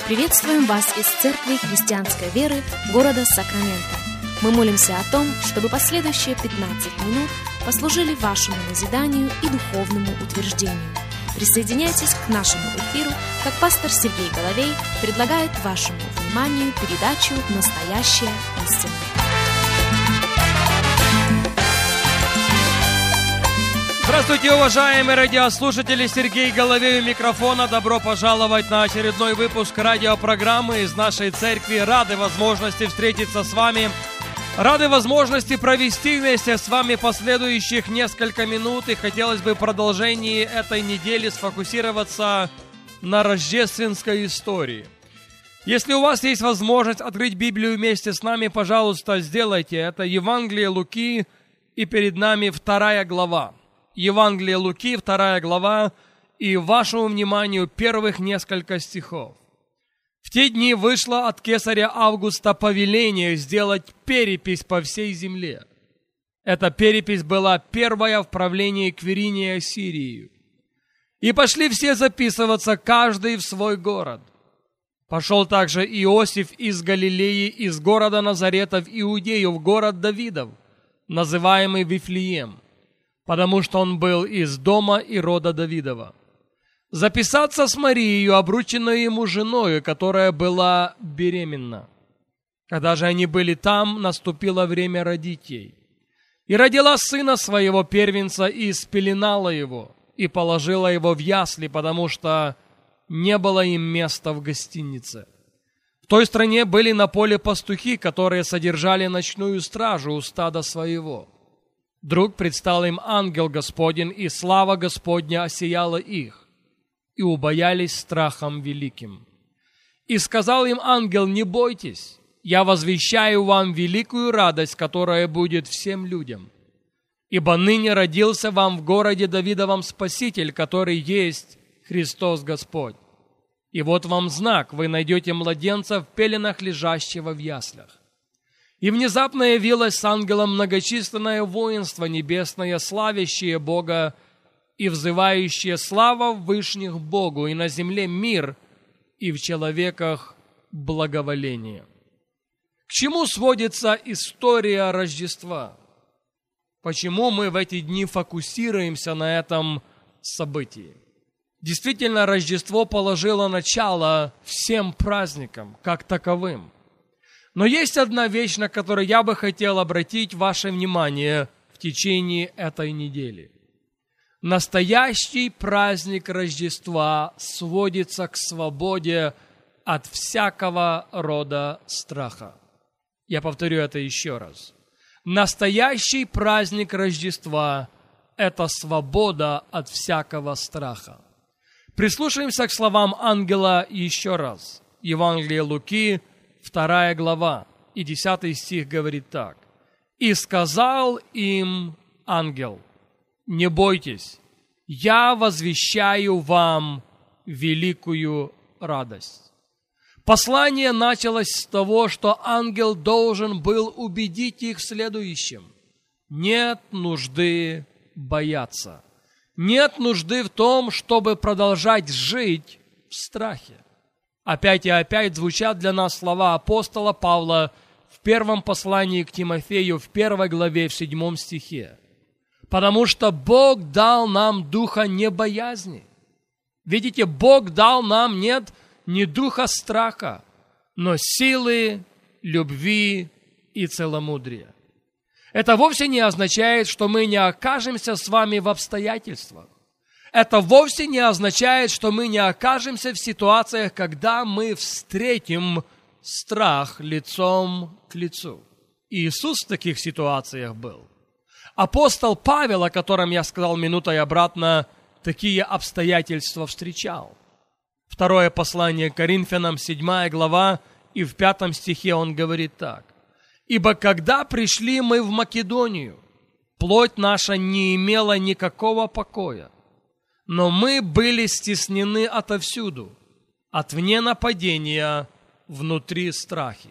Приветствуем вас из Церкви Христианской Веры города Сакраменто. Мы молимся о том, чтобы последующие 15 минут послужили вашему назиданию и духовному утверждению. Присоединяйтесь к нашему эфиру, как пастор Сергей Головей предлагает вашему вниманию передачу «Настоящая истина». Здравствуйте, уважаемые радиослушатели! Сергей Головей у микрофона. Добро пожаловать на очередной выпуск радиопрограммы из нашей церкви. Рады возможности встретиться с вами. Рады возможности провести вместе с вами последующих несколько минут. И хотелось бы в продолжении этой недели сфокусироваться на рождественской истории. Если у вас есть возможность открыть Библию вместе с нами, пожалуйста, сделайте это. Евангелие Луки, и перед нами 2 глава. Евангелие Луки, 2 глава, и вашему вниманию первых несколько стихов. В те дни вышло от кесаря Августа повеление сделать перепись по всей земле. Эта перепись была первая в правлении Квиринии Сирии. И пошли все записываться, каждый в свой город. Пошел также Иосиф из Галилеи, из города Назарета в Иудею, в город Давидов, называемый Вифлеем, потому что он был из дома и рода Давидова. Записаться с Марией, обрученной ему женою, которая была беременна. Когда же они были там, наступило время родить ей. И родила сына своего первенца, и спеленала его, и положила его в ясли, потому что не было им места в гостинице. В той стране были на поле пастухи, которые содержали ночную стражу у стада своего. Вдруг предстал им ангел Господень, и слава Господня осияла их, и убоялись страхом великим. И сказал им ангел: не бойтесь, я возвещаю вам великую радость, которая будет всем людям. Ибо ныне родился вам в городе Давидовом Спаситель, который есть Христос Господь. И вот вам знак: вы найдете младенца в пеленах, лежащего в яслях. И внезапно явилось с ангелом многочисленное воинство небесное, славящее Бога и взывающее: слава в вышних Богу, и на земле мир, и в человеках благоволение. К чему сводится история Рождества? Почему мы в эти дни фокусируемся на этом событии? Действительно, Рождество положило начало всем праздникам как таковым. Но есть одна вещь, на которую я бы хотел обратить ваше внимание в течение этой недели. Настоящий праздник Рождества сводится к свободе от всякого рода страха. Я повторю это еще раз. Настоящий праздник Рождества – это свобода от всякого страха. Прислушаемся к словам ангела еще раз. Евангелие Луки, 2 глава, и 10 стих говорит так. «И сказал им ангел: не бойтесь, я возвещаю вам великую радость». Послание началось с того, что ангел должен был убедить их в следующем: нет нужды бояться. Нет нужды в том, чтобы продолжать жить в страхе. Опять и опять звучат для нас слова апостола Павла в первом послании к Тимофею, в 1 главе, в 7 стихе. Потому что Бог дал нам духа не боязни. Видите, Бог дал нам не духа страха, но силы, любви и целомудрия. Это вовсе не означает, что мы не окажемся с вами в обстоятельствах. Это вовсе не означает, что мы не окажемся в ситуациях, когда мы встретим страх лицом к лицу. Иисус в таких ситуациях был. Апостол Павел, о котором я сказал минутой обратно, такие обстоятельства встречал. Второе послание к Коринфянам, 7 глава, и в 5 стихе он говорит так. «Ибо когда пришли мы в Македонию, плоть наша не имела никакого покоя, но мы были стеснены отовсюду, отвне нападения, внутри страхи».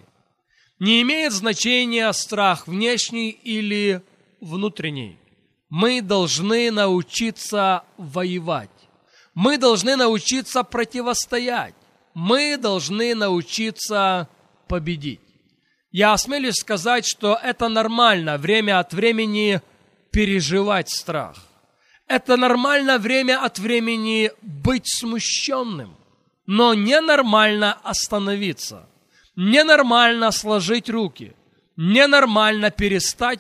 Не имеет значения страх внешний или внутренний. Мы должны научиться воевать. Мы должны научиться противостоять. мы должны научиться победить. Я осмелюсь сказать, что это нормально время от времени переживать страх. Это нормально время от времени быть смущенным. Но ненормально остановиться. Ненормально сложить руки. Ненормально перестать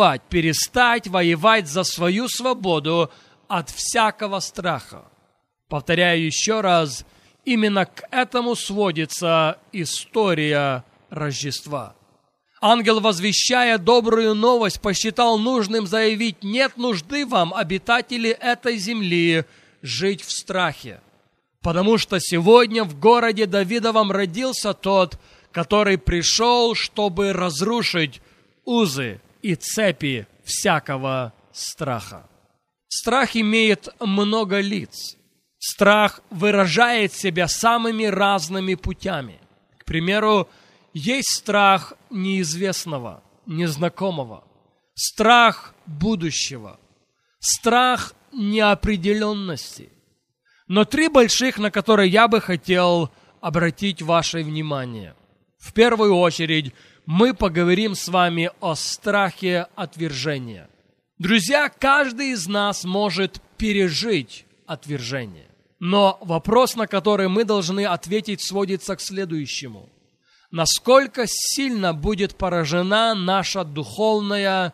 воевать за свою свободу от всякого страха. Повторяю еще раз, именно к этому сводится история Рождества. Ангел, возвещая добрую новость, посчитал нужным заявить: нет нужды вам, обитатели этой земли, жить в страхе, потому что сегодня в городе Давидовом родился тот, который пришел, чтобы разрушить узы и цепи всякого страха. Страх имеет много лиц. Страх выражает себя самыми разными путями. К примеру, есть страх неизвестного, незнакомого, страх будущего, страх неопределенности. Но три больших, на которые я бы хотел обратить ваше внимание. В первую очередь, мы поговорим с вами о страхе отвержения. Друзья, каждый из нас может пережить отвержение. Но вопрос, на который мы должны ответить, сводится к следующему. Насколько сильно будет поражена наша духовная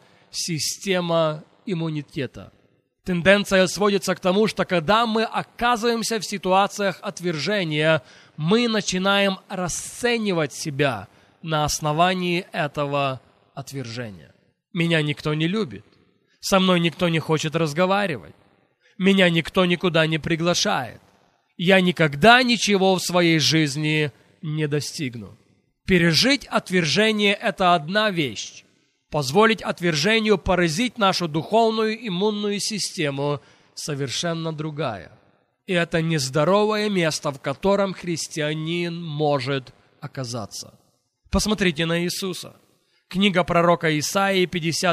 система иммунитета? Тенденция сводится к тому, что когда мы оказываемся в ситуациях отвержения, мы начинаем расценивать себя на основании этого отвержения. Меня никто не любит. Со мной никто не хочет разговаривать. Меня никто никуда не приглашает. Я никогда ничего в своей жизни не достигну. Пережить отвержение – это одна вещь. Позволить отвержению поразить нашу духовную иммунную систему – совершенно другая. И это нездоровое место, в котором христианин может оказаться. Посмотрите на Иисуса. Книга пророка Исаии,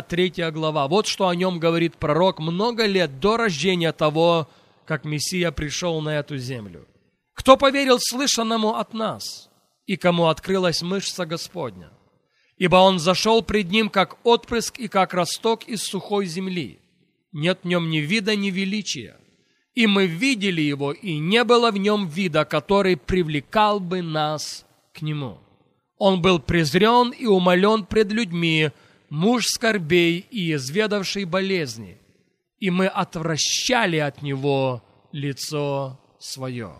53 глава. Вот что о нем говорит пророк много лет до рождения того, как Мессия пришел на эту землю. «Кто поверил слышанному от нас, и кому открылась мышца Господня? Ибо он зашел пред ним, как отпрыск и как росток из сухой земли. Нет в нем ни вида, ни величия. И мы видели его, и не было в нем вида, который привлекал бы нас к нему. Он был презрен и умолен пред людьми, муж скорбей и изведавший болезни. И мы отвращали от него лицо свое».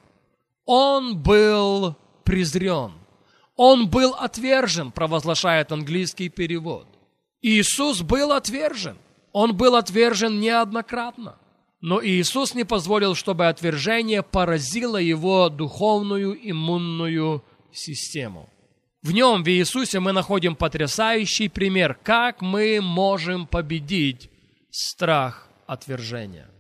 Он был презрен. Он был отвержен, провозглашает английский перевод. Иисус был отвержен. Он был отвержен неоднократно. Но Иисус не позволил, чтобы отвержение поразило его духовную иммунную систему. В нем, в Иисусе, мы находим потрясающий пример, как мы можем победить страх отвержения.